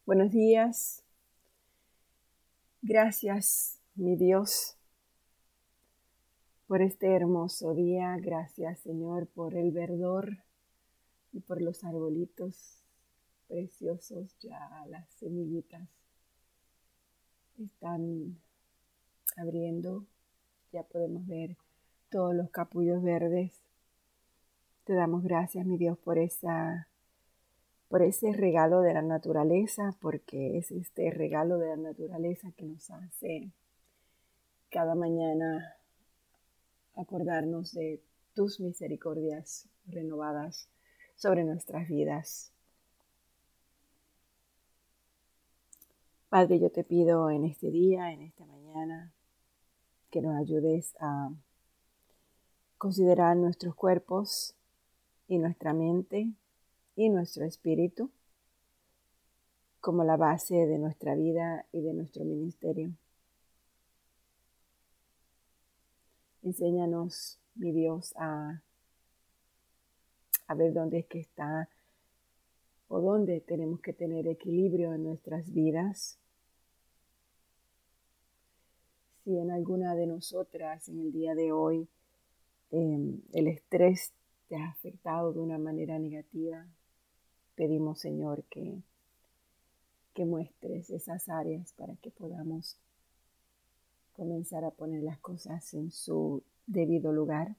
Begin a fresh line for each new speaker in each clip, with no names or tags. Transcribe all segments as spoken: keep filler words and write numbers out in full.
Buenos días. Gracias, mi Dios, por este hermoso día. Gracias, Señor, por el verdor y por los arbolitos preciosos. Ya las semillitas están abriendo. Ya podemos ver todos los capullos verdes. Te damos gracias, mi Dios, por esa por ese regalo de la naturaleza, porque es este regalo de la naturaleza que nos hace cada mañana acordarnos de tus misericordias renovadas sobre nuestras vidas. Padre, yo te pido en este día, en esta mañana, que nos ayudes a considerar nuestros cuerpos y nuestra mente y nuestro espíritu como la base de nuestra vida y de nuestro ministerio. Enséñanos, mi Dios, a, a ver dónde es que está o dónde tenemos que tener equilibrio en nuestras vidas. Si en alguna de nosotras en el día de hoy eh, el estrés te ha afectado de una manera negativa, pedimos, Señor, que, que muestres esas áreas para que podamos comenzar a poner las cosas en su debido lugar.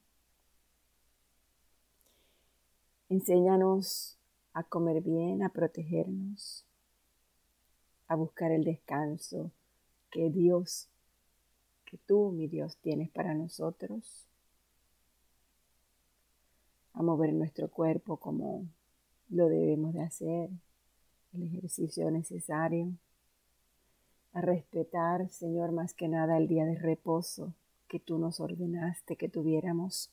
Enséñanos a comer bien, a protegernos, a buscar el descanso que Dios, que tú, mi Dios, tienes para nosotros, a mover nuestro cuerpo como lo debemos de hacer, el ejercicio necesario, a respetar, Señor, más que nada el día de reposo que tú nos ordenaste que tuviéramos.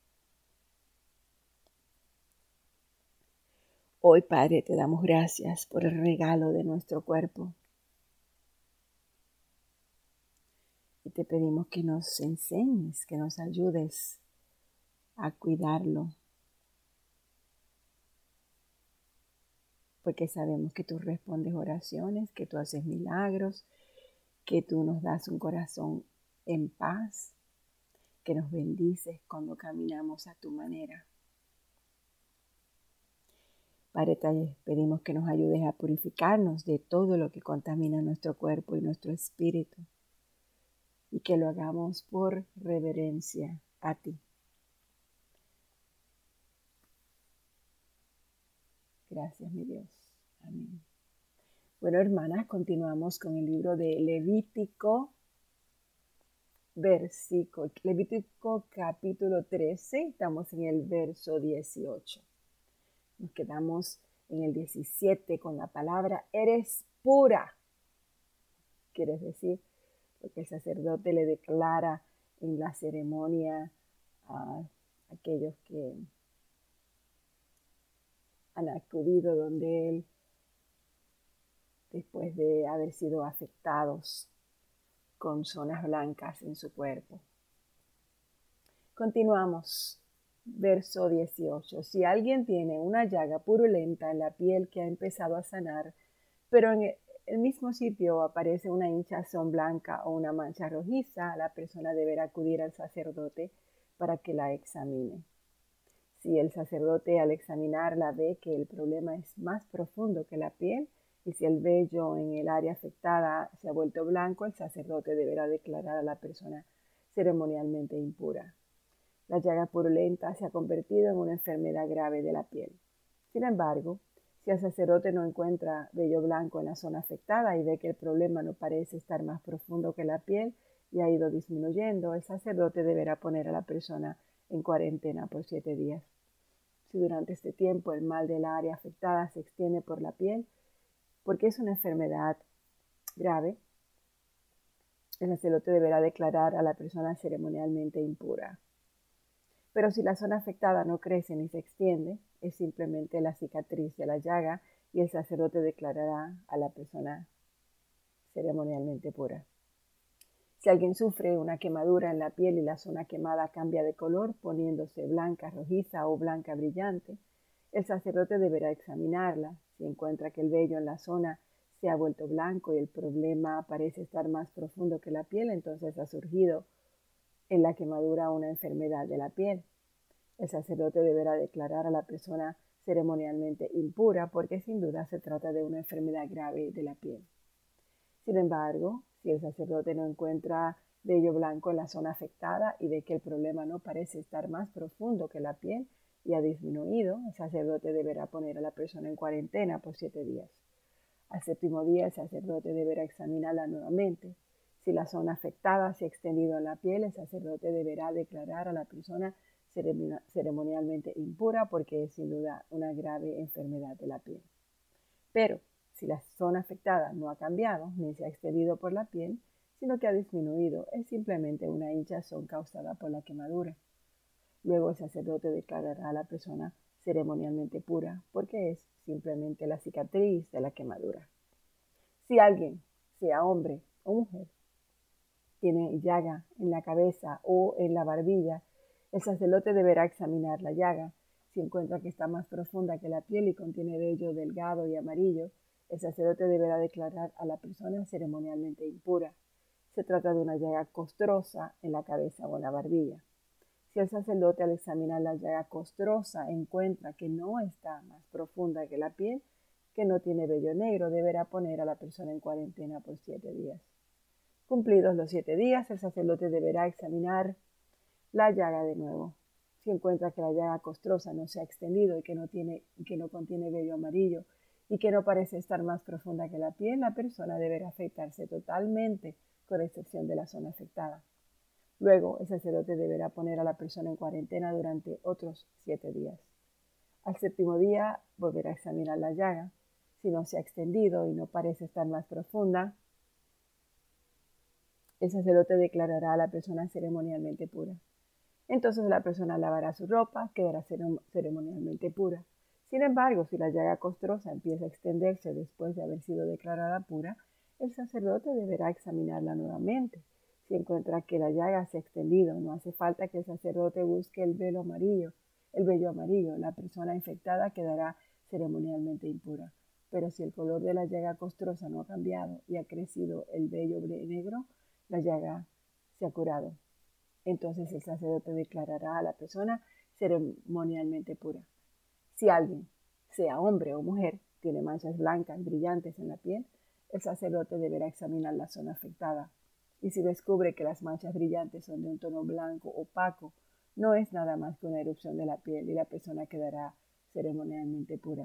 Hoy, Padre, te damos gracias por el regalo de nuestro cuerpo. Y te pedimos que nos enseñes, que nos ayudes a cuidarlo. Porque sabemos que tú respondes oraciones, que tú haces milagros, que tú nos das un corazón en paz, que nos bendices cuando caminamos a tu manera. Padre, te pedimos que nos ayudes a purificarnos de todo lo que contamina nuestro cuerpo y nuestro espíritu, y que lo hagamos por reverencia a ti. Gracias, mi Dios. Amén. Bueno, hermanas, continuamos con el libro de Levítico, versículo, Levítico capítulo trece, estamos en el verso dieciocho. Nos quedamos en el diecisiete con la palabra eres pura. Quiere decir, lo que el sacerdote le declara en la ceremonia a aquellos que han acudido donde él después de haber sido afectados con zonas blancas en su cuerpo. Continuamos. Verso dieciocho. Si alguien tiene una llaga purulenta en la piel que ha empezado a sanar, pero en el mismo sitio aparece una hinchazón blanca o una mancha rojiza, la persona deberá acudir al sacerdote para que la examine. Si el sacerdote al examinarla ve que el problema es más profundo que la piel, y si el vello en el área afectada se ha vuelto blanco, el sacerdote deberá declarar a la persona ceremonialmente impura. La llaga purulenta se ha convertido en una enfermedad grave de la piel. Sin embargo, si el sacerdote no encuentra vello blanco en la zona afectada y ve que el problema no parece estar más profundo que la piel y ha ido disminuyendo, el sacerdote deberá poner a la persona en cuarentena por siete días. Si durante este tiempo el mal del área afectada se extiende por la piel, porque es una enfermedad grave, el sacerdote deberá declarar a la persona ceremonialmente impura. Pero si la zona afectada no crece ni se extiende, es simplemente la cicatriz de la llaga y el sacerdote declarará a la persona ceremonialmente pura. Si alguien sufre una quemadura en la piel y la zona quemada cambia de color, poniéndose blanca, rojiza o blanca brillante, el sacerdote deberá examinarla. Si encuentra que el vello en la zona se ha vuelto blanco y el problema parece estar más profundo que la piel, entonces ha surgido en la quemadura una enfermedad de la piel. El sacerdote deberá declarar a la persona ceremonialmente impura porque sin duda se trata de una enfermedad grave de la piel. Sin embargo, si el sacerdote no encuentra vello blanco en la zona afectada y ve que el problema no parece estar más profundo que la piel y ha disminuido, el sacerdote deberá poner a la persona en cuarentena por siete días. Al séptimo día, el sacerdote deberá examinarla nuevamente. Si la zona afectada se ha extendido en la piel, el sacerdote deberá declarar a la persona ceremonialmente impura porque es sin duda una grave enfermedad de la piel. Pero si la zona afectada no ha cambiado ni se ha extendido por la piel, sino que ha disminuido, es simplemente una hinchazón causada por la quemadura. Luego el sacerdote declarará a la persona ceremonialmente pura porque es simplemente la cicatriz de la quemadura. Si alguien, sea hombre o mujer, tiene llaga en la cabeza o en la barbilla, el sacerdote deberá examinar la llaga. Si encuentra que está más profunda que la piel y contiene vello delgado y amarillo, el sacerdote deberá declarar a la persona ceremonialmente impura. Se trata de una llaga costrosa en la cabeza o en la barbilla. Si el sacerdote al examinar la llaga costrosa encuentra que no está más profunda que la piel, que no tiene vello negro, deberá poner a la persona en cuarentena por siete días. Cumplidos los siete días, el sacerdote deberá examinar la llaga de nuevo. Si encuentra que la llaga costrosa no se ha extendido y que no, tiene, que no contiene vello amarillo y que no parece estar más profunda que la piel, la persona deberá afeitarse totalmente, con excepción de la zona afectada. Luego, el sacerdote deberá poner a la persona en cuarentena durante otros siete días. Al séptimo día, volverá a examinar la llaga. Si no se ha extendido y no parece estar más profunda, el sacerdote declarará a la persona ceremonialmente pura. Entonces la persona lavará su ropa, quedará ceremonialmente pura. Sin embargo, si la llaga costrosa empieza a extenderse después de haber sido declarada pura, el sacerdote deberá examinarla nuevamente. Si encuentra que la llaga se ha extendido, no hace falta que el sacerdote busque el velo amarillo, el vello amarillo. La persona infectada quedará ceremonialmente impura. Pero si el color de la llaga costrosa no ha cambiado y ha crecido el vello negro, la llaga se ha curado. Entonces el sacerdote declarará a la persona ceremonialmente pura. Si alguien, sea hombre o mujer, tiene manchas blancas brillantes en la piel, el sacerdote deberá examinar la zona afectada. Y si descubre que las manchas brillantes son de un tono blanco opaco, no es nada más que una erupción de la piel y la persona quedará ceremonialmente pura.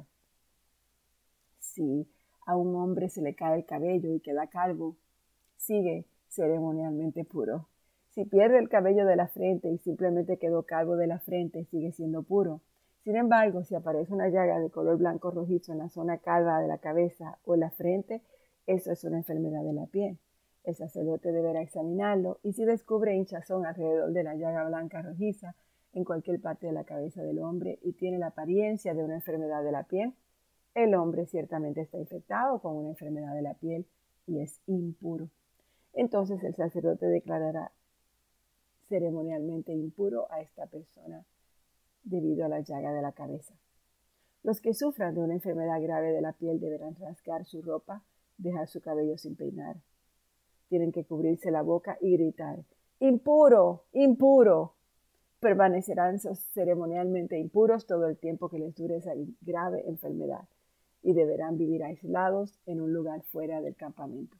Si a un hombre se le cae el cabello y queda calvo, sigue ceremonialmente puro. Si pierde el cabello de la frente y simplemente quedó calvo de la frente, sigue siendo puro. Sin embargo, si aparece una llaga de color blanco rojizo en la zona calva de la cabeza o en la frente, eso es una enfermedad de la piel. El sacerdote deberá examinarlo y si descubre hinchazón alrededor de la llaga blanca rojiza en cualquier parte de la cabeza del hombre y tiene la apariencia de una enfermedad de la piel, el hombre ciertamente está infectado con una enfermedad de la piel y es impuro. Entonces el sacerdote declarará ceremonialmente impuro a esta persona debido a la llaga de la cabeza. Los que sufran de una enfermedad grave de la piel deberán rasgar su ropa, dejar su cabello sin peinar. Tienen que cubrirse la boca y gritar, ¡impuro! ¡Impuro! Permanecerán ceremonialmente impuros todo el tiempo que les dure esa grave enfermedad y deberán vivir aislados en un lugar fuera del campamento.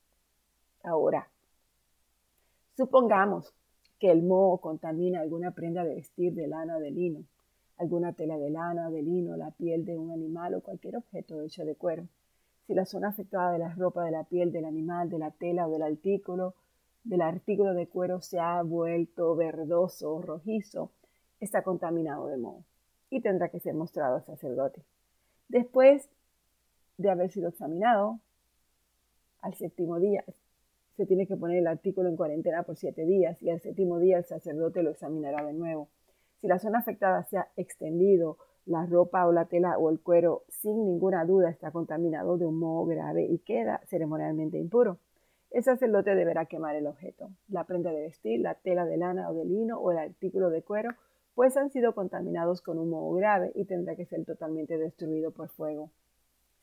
Ahora, supongamos que el moho contamina alguna prenda de vestir de lana o de lino, alguna tela de lana o de lino, la piel de un animal o cualquier objeto hecho de cuero. Si la zona afectada de la ropa, de la piel del animal, de la tela o del artículo, del artículo de cuero se ha vuelto verdoso o rojizo, está contaminado de moho y tendrá que ser mostrado al sacerdote. Después de haber sido examinado, al séptimo día se tiene que poner el artículo en cuarentena por siete días y al séptimo día el sacerdote lo examinará de nuevo. Si la zona afectada se ha extendido, la ropa o la tela o el cuero sin ninguna duda está contaminado de un moho grave y queda ceremonialmente impuro. El sacerdote deberá quemar el objeto, la prenda de vestir, la tela de lana o de lino o el artículo de cuero, pues han sido contaminados con un moho grave y tendrá que ser totalmente destruido por fuego.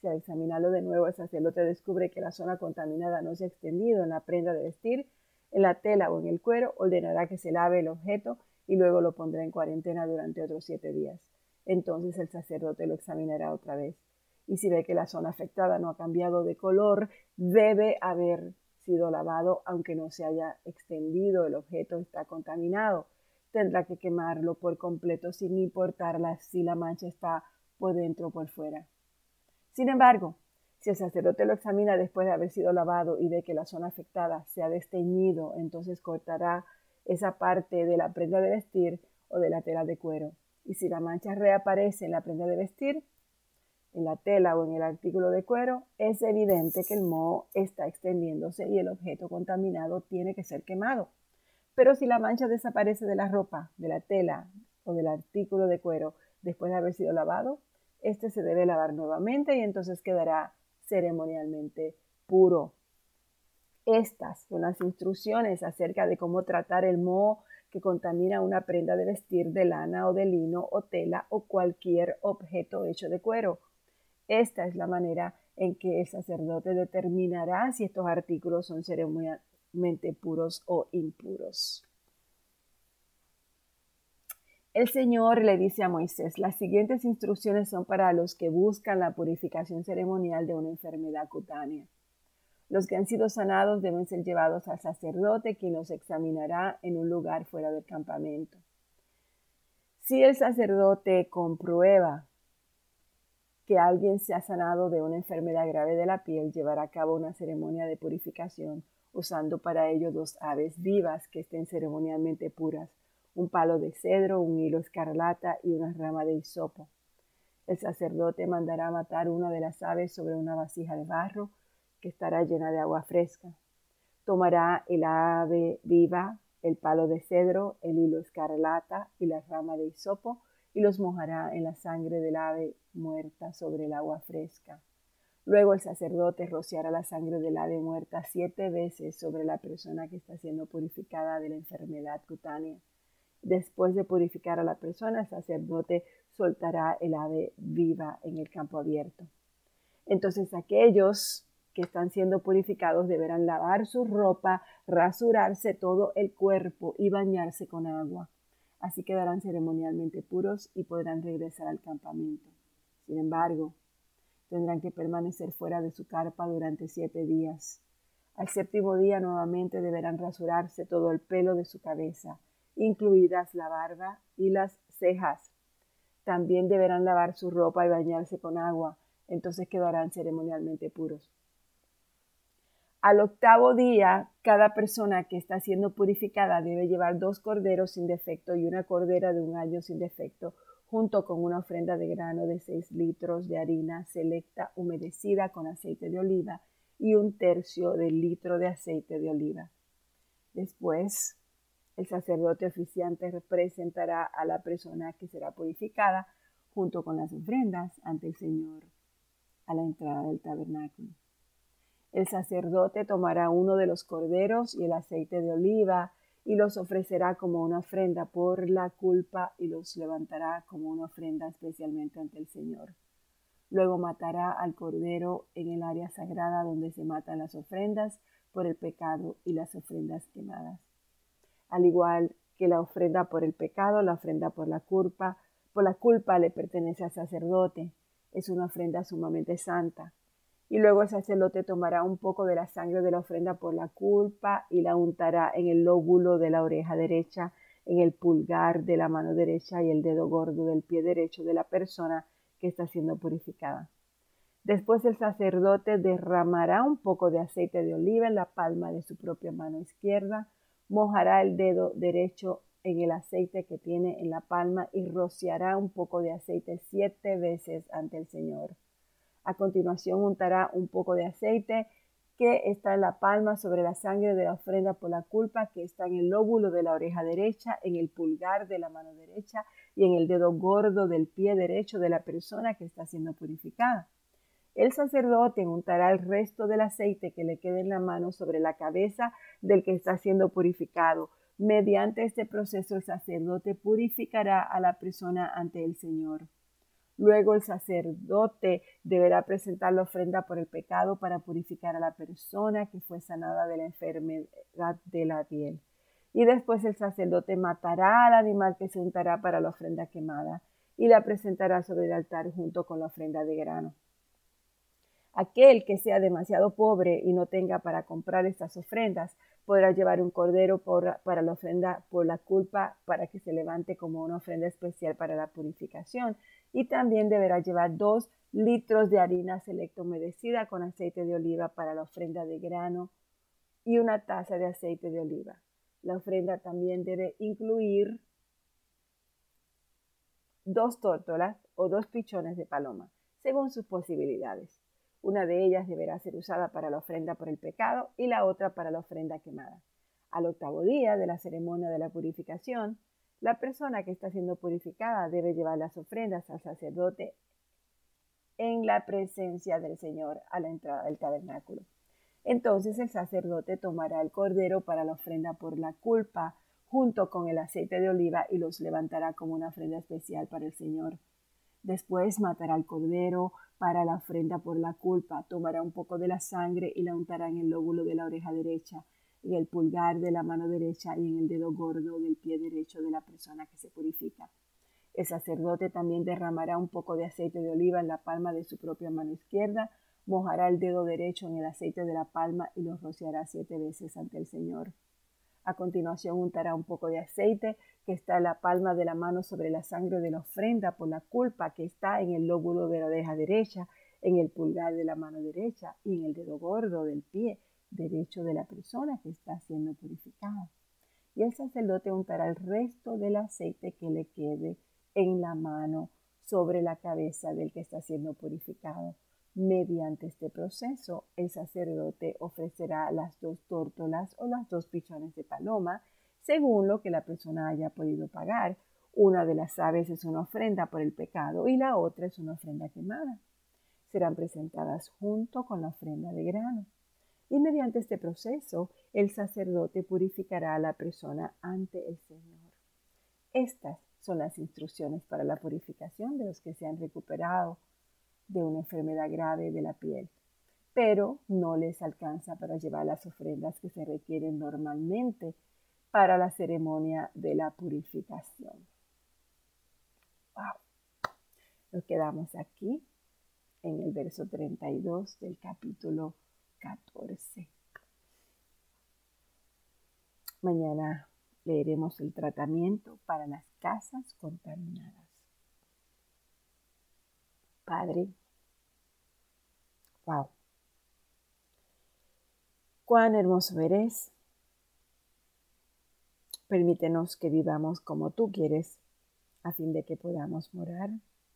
Si al examinarlo de nuevo el sacerdote descubre que la zona contaminada no se ha extendido en la prenda de vestir, en la tela o en el cuero, ordenará que se lave el objeto y luego lo pondrá en cuarentena durante otros siete días. Entonces el sacerdote lo examinará otra vez. Y si ve que la zona afectada no ha cambiado de color, debe haber sido lavado aunque no se haya extendido, el objeto está contaminado. Tendrá que quemarlo por completo sin importar si la mancha está por dentro o por fuera. Sin embargo, si el sacerdote lo examina después de haber sido lavado y ve que la zona afectada se ha desteñido, entonces cortará esa parte de la prenda de vestir o de la tela de cuero. Y si la mancha reaparece en la prenda de vestir, en la tela o en el artículo de cuero, es evidente que el moho está extendiéndose y el objeto contaminado tiene que ser quemado. Pero si la mancha desaparece de la ropa, de la tela o del artículo de cuero después de haber sido lavado, este se debe lavar nuevamente y entonces quedará ceremonialmente puro. Estas son las instrucciones acerca de cómo tratar el moho que contamina una prenda de vestir de lana o de lino o tela o cualquier objeto hecho de cuero. Esta es la manera en que el sacerdote determinará si estos artículos son ceremonialmente puros o impuros. El Señor le dice a Moisés, las siguientes instrucciones son para los que buscan la purificación ceremonial de una enfermedad cutánea. Los que han sido sanados deben ser llevados al sacerdote, quien los examinará en un lugar fuera del campamento. Si el sacerdote comprueba que alguien se ha sanado de una enfermedad grave de la piel, llevará a cabo una ceremonia de purificación, usando para ello dos aves vivas que estén ceremonialmente puras, un palo de cedro, un hilo escarlata y una rama de hisopo. El sacerdote mandará matar una de las aves sobre una vasija de barro que estará llena de agua fresca. Tomará el ave viva, el palo de cedro, el hilo escarlata y la rama de hisopo y los mojará en la sangre del ave muerta sobre el agua fresca. Luego el sacerdote rociará la sangre del ave muerta siete veces sobre la persona que está siendo purificada de la enfermedad cutánea. Después de purificar a la persona, el sacerdote soltará el ave viva en el campo abierto. Entonces aquellos que están siendo purificados deberán lavar su ropa, rasurarse todo el cuerpo y bañarse con agua. Así quedarán ceremonialmente puros y podrán regresar al campamento. Sin embargo, tendrán que permanecer fuera de su carpa durante siete días. Al séptimo día nuevamente deberán rasurarse todo el pelo de su cabeza, incluidas la barba y las cejas. También deberán lavar su ropa y bañarse con agua, entonces quedarán ceremonialmente puros. Al octavo día, cada persona que está siendo purificada debe llevar dos corderos sin defecto y una cordera de un año sin defecto, junto con una ofrenda de grano de seis litros de harina selecta humedecida con aceite de oliva y un tercio del litro de aceite de oliva. Después, el sacerdote oficiante representará a la persona que será purificada junto con las ofrendas ante el Señor a la entrada del tabernáculo. El sacerdote tomará uno de los corderos y el aceite de oliva y los ofrecerá como una ofrenda por la culpa y los levantará como una ofrenda especialmente ante el Señor. Luego matará al cordero en el área sagrada donde se matan las ofrendas por el pecado y las ofrendas quemadas. Al igual que la ofrenda por el pecado, la ofrenda por la culpa, por la culpa le pertenece al sacerdote. Es una ofrenda sumamente santa. Y luego el sacerdote tomará un poco de la sangre de la ofrenda por la culpa y la untará en el lóbulo de la oreja derecha, en el pulgar de la mano derecha y el dedo gordo del pie derecho de la persona que está siendo purificada. Después el sacerdote derramará un poco de aceite de oliva en la palma de su propia mano izquierda, mojará el dedo derecho en el aceite que tiene en la palma y rociará un poco de aceite siete veces ante el Señor. A continuación untará un poco de aceite que está en la palma sobre la sangre de la ofrenda por la culpa que está en el lóbulo de la oreja derecha, en el pulgar de la mano derecha y en el dedo gordo del pie derecho de la persona que está siendo purificada. El sacerdote untará el resto del aceite que le quede en la mano sobre la cabeza del que está siendo purificado. Mediante este proceso el sacerdote purificará a la persona ante el Señor. Luego el sacerdote deberá presentar la ofrenda por el pecado para purificar a la persona que fue sanada de la enfermedad de la piel. Y después el sacerdote matará al animal que se untará para la ofrenda quemada y la presentará sobre el altar junto con la ofrenda de grano. Aquel que sea demasiado pobre y no tenga para comprar estas ofrendas podrá llevar un cordero por, para la ofrenda por la culpa para que se levante como una ofrenda especial para la purificación. Y también deberá llevar dos litros de harina selecta humedecida con aceite de oliva para la ofrenda de grano y una taza de aceite de oliva. La ofrenda también debe incluir dos tórtolas o dos pichones de paloma, según sus posibilidades. Una de ellas deberá ser usada para la ofrenda por el pecado y la otra para la ofrenda quemada. Al octavo día de la ceremonia de la purificación, la persona que está siendo purificada debe llevar las ofrendas al sacerdote en la presencia del Señor a la entrada del tabernáculo. Entonces el sacerdote tomará el cordero para la ofrenda por la culpa junto con el aceite de oliva y los levantará como una ofrenda especial para el Señor. Después matará el cordero para la ofrenda por la culpa, tomará un poco de la sangre y la untará en el lóbulo de la oreja derecha, en el pulgar de la mano derecha y en el dedo gordo del pie derecho de la persona que se purifica. El sacerdote también derramará un poco de aceite de oliva en la palma de su propia mano izquierda, mojará el dedo derecho en el aceite de la palma y lo rociará siete veces ante el Señor. A continuación untará un poco de aceite que está en la palma de la mano sobre la sangre de la ofrenda por la culpa que está en el lóbulo de la oreja derecha, en el pulgar de la mano derecha y en el dedo gordo del pie derecho de la persona que está siendo purificada. Y el sacerdote untará el resto del aceite que le quede en la mano sobre la cabeza del que está siendo purificado. Mediante este proceso, el sacerdote ofrecerá las dos tórtolas o las dos pichones de paloma, según lo que la persona haya podido pagar. Una de las aves es una ofrenda por el pecado y la otra es una ofrenda quemada. Serán presentadas junto con la ofrenda de grano. Y mediante este proceso, el sacerdote purificará a la persona ante el Señor. Estas son las instrucciones para la purificación de los que se han recuperado de una enfermedad grave de la piel, pero no les alcanza para llevar las ofrendas que se requieren normalmente para la ceremonia de la purificación. Wow. Nos quedamos aquí en el verso treinta y dos del capítulo catorce. Mañana leeremos el tratamiento para las casas contaminadas. Padre, wow, cuán hermoso eres. Permítenos que vivamos como tú quieres, a fin de que podamos morar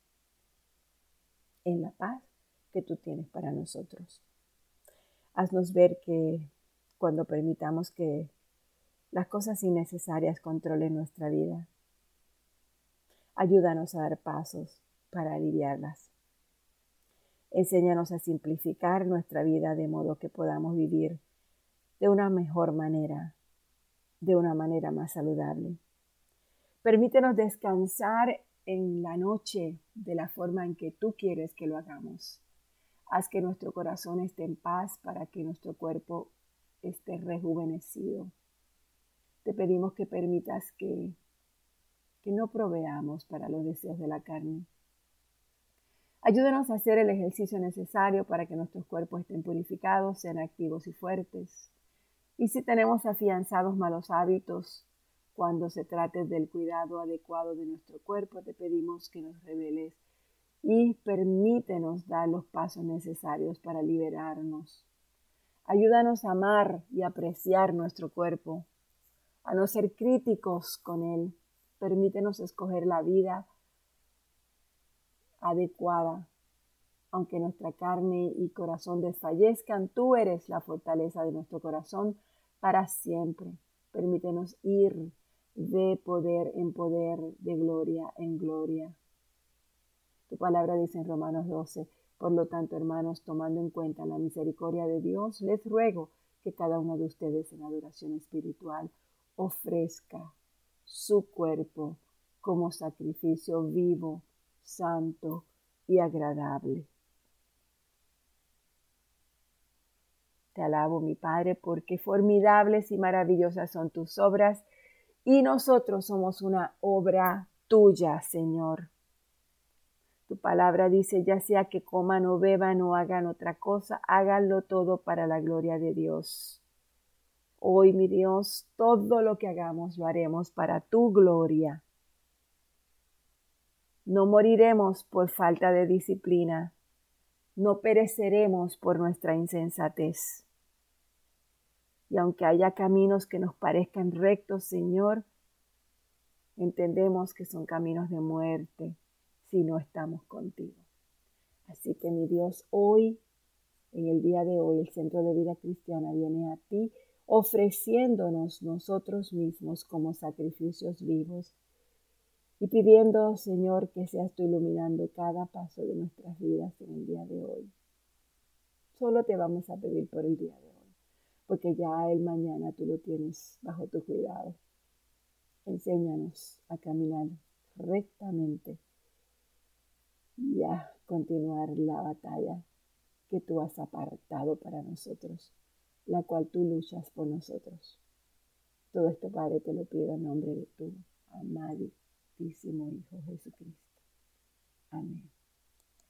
en la paz que tú tienes para nosotros. Haznos ver que cuando permitamos que las cosas innecesarias controlen nuestra vida, ayúdanos a dar pasos para aliviarlas. Enséñanos a simplificar nuestra vida de modo que podamos vivir de una mejor manera, de una manera más saludable. Permítenos descansar en la noche de la forma en que tú quieres que lo hagamos. Haz que nuestro corazón esté en paz para que nuestro cuerpo esté rejuvenecido. Te pedimos que permitas que, que no proveamos para los deseos de la carne. Ayúdanos a hacer el ejercicio necesario para que nuestros cuerpos estén purificados, sean activos y fuertes. Y si tenemos afianzados malos hábitos, cuando se trate del cuidado adecuado de nuestro cuerpo, te pedimos que nos reveles y permítenos dar los pasos necesarios para liberarnos. Ayúdanos a amar y apreciar nuestro cuerpo, a no ser críticos con él. Permítenos escoger la vida adecuada. Aunque nuestra carne y corazón desfallezcan, tú eres la fortaleza de nuestro corazón para siempre. Permítenos ir de poder en poder, de gloria en gloria. Tu palabra dice en Romanos doce, por lo tanto, hermanos, tomando en cuenta la misericordia de Dios, les ruego que cada uno de ustedes en adoración espiritual ofrezca su cuerpo como sacrificio vivo, santo y agradable. Te alabo, mi Padre, porque formidables y maravillosas son tus obras, y nosotros somos una obra tuya, Señor. Tu palabra dice, ya sea que coman o beban o hagan otra cosa, háganlo todo para la gloria de Dios. Hoy, mi Dios, todo lo que hagamos lo haremos para tu gloria. No moriremos por falta de disciplina, no pereceremos por nuestra insensatez. Y aunque haya caminos que nos parezcan rectos, Señor, entendemos que son caminos de muerte si no estamos contigo. Así que, mi Dios, hoy, en el día de hoy, el Centro de Vida Cristiana viene a ti ofreciéndonos nosotros mismos como sacrificios vivos y pidiendo, Señor, que seas tú iluminando cada paso de nuestras vidas en el día de hoy. Solo te vamos a pedir por el día de hoy, porque ya el mañana tú lo tienes bajo tu cuidado. Enséñanos a caminar rectamente y a continuar la batalla que tú has apartado para nosotros, la cual tú luchas por nosotros. Todo esto, Padre, te lo pido en nombre de tu amadísimo Hijo Jesucristo. Amén.